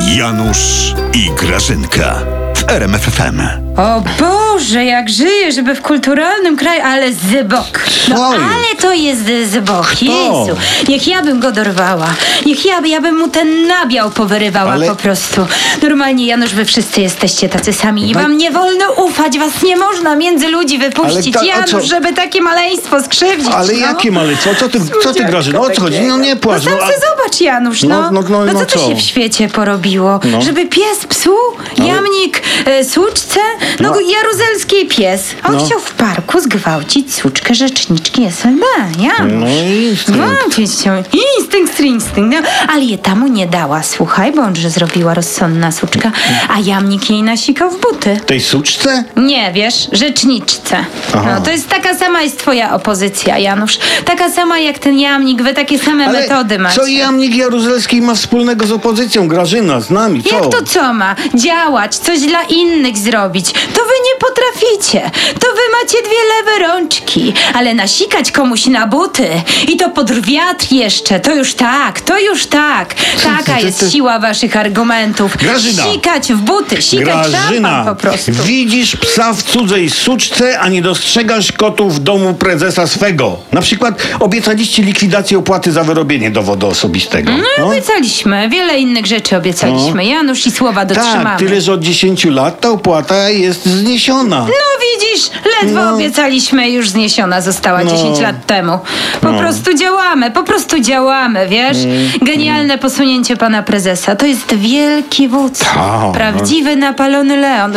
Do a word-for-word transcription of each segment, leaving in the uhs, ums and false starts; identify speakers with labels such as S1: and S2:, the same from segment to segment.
S1: Janusz i Grażynka w R M F F M.
S2: O Boże, jak żyję, żeby w kulturalnym kraju, ale zbok. No
S3: Co jest?
S2: ale to jest zbok.
S3: Kto?
S2: Jezu, niech ja bym go dorwała. Niech ja, ja bym mu ten nabiał powyrywała
S3: Ale-
S2: po prostu. Normalnie, Janusz, wy wszyscy jesteście tacy sami i
S3: Ba-
S2: wam nie wolno ufać, was nie można między ludzi wypuścić.
S3: Ale ta- a co?
S2: Janusz, żeby takie maleństwo skrzywdzić.
S3: Ale
S2: no.
S3: jakie maleństwo? Co ty, co ty Grażyna? O co chodzi? No nie
S2: No
S3: płacz.
S2: sam
S3: No,
S2: se zobacz, Janusz, no.
S3: No, no, no,
S2: no
S3: no
S2: co to
S3: co?
S2: się w świecie porobiło?
S3: No.
S2: Żeby pies psu, jamnik e, słuczce, no,
S3: No.
S2: jaruzelski pies. A on
S3: No.
S2: chciał w parku zgwałcić słuczkę rzeczniczki S L D, Janusz.
S3: No i instynkt.
S2: Gwałcić ją. Instynkt, instynkt. No, ale je tamu nie dała, słuchaj, bo on, że zrobiła rozsądna słuczka, a jamnik jej nasikał w buty.
S3: tej suczce?
S2: Nie, wiesz, rzeczniczce.
S3: Aha.
S2: No, to jest taka sama jest twoja opozycja, Janusz. Taka sama jak ten jamnik, wy takie same metody macie.
S3: co jamnik jaruzelski ma wspólnego z opozycją? Grażyna, z nami, co?
S2: Jak to co ma? Działać, coś dla innych zrobić. To wy nie potraficie. To wy macie dwie lewe rączki. Ale nasikać komuś na buty i to pod wiatr jeszcze, to już tak, to już tak. Taka
S3: ty- ty-
S2: jest siła waszych argumentów.
S3: Grażyna.
S2: Sikać w buty, sikać
S3: Grażyna,
S2: szampan po prostu.
S3: widzisz psa w cudzej suczce, a nie dostrzegasz kotów w domu prezesa swego. Na przykład obiecaliście likwidację opłaty za wyrobienie dowodu osobistego.
S2: No, obiecaliśmy. Wiele innych rzeczy obiecaliśmy. Janusz, i słowa dotrzymamy.
S3: Tak, tyle, że od dziesięciu lat ta opłata jest zniesiona.
S2: No widzisz, ledwo
S3: No.
S2: obiecaliśmy, już zniesiona została
S3: No.
S2: dziesięć lat temu. Po
S3: No.
S2: prostu działamy, po prostu działamy, wiesz? Genialne posunięcie pana prezesa. To jest wielki wódz.
S3: Ta,
S2: Prawdziwy napalony Leon.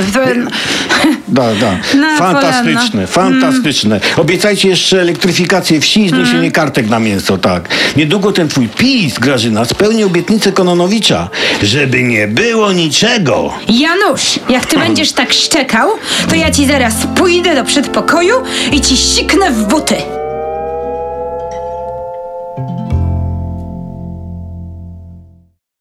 S3: Da, da.
S2: Na
S3: Fantastyczne,
S2: kolana.
S3: fantastyczne. Obiecajcie jeszcze elektryfikację wsi i zniesienie kartek na mięso, tak. Niedługo ten twój PiS, Grażyna, spełni obietnicę Kononowicza, żeby nie było niczego.
S2: Janusz, jak ty będziesz tak szczekał, to ja ci zaraz pójdę do przedpokoju i ci siknę w buty.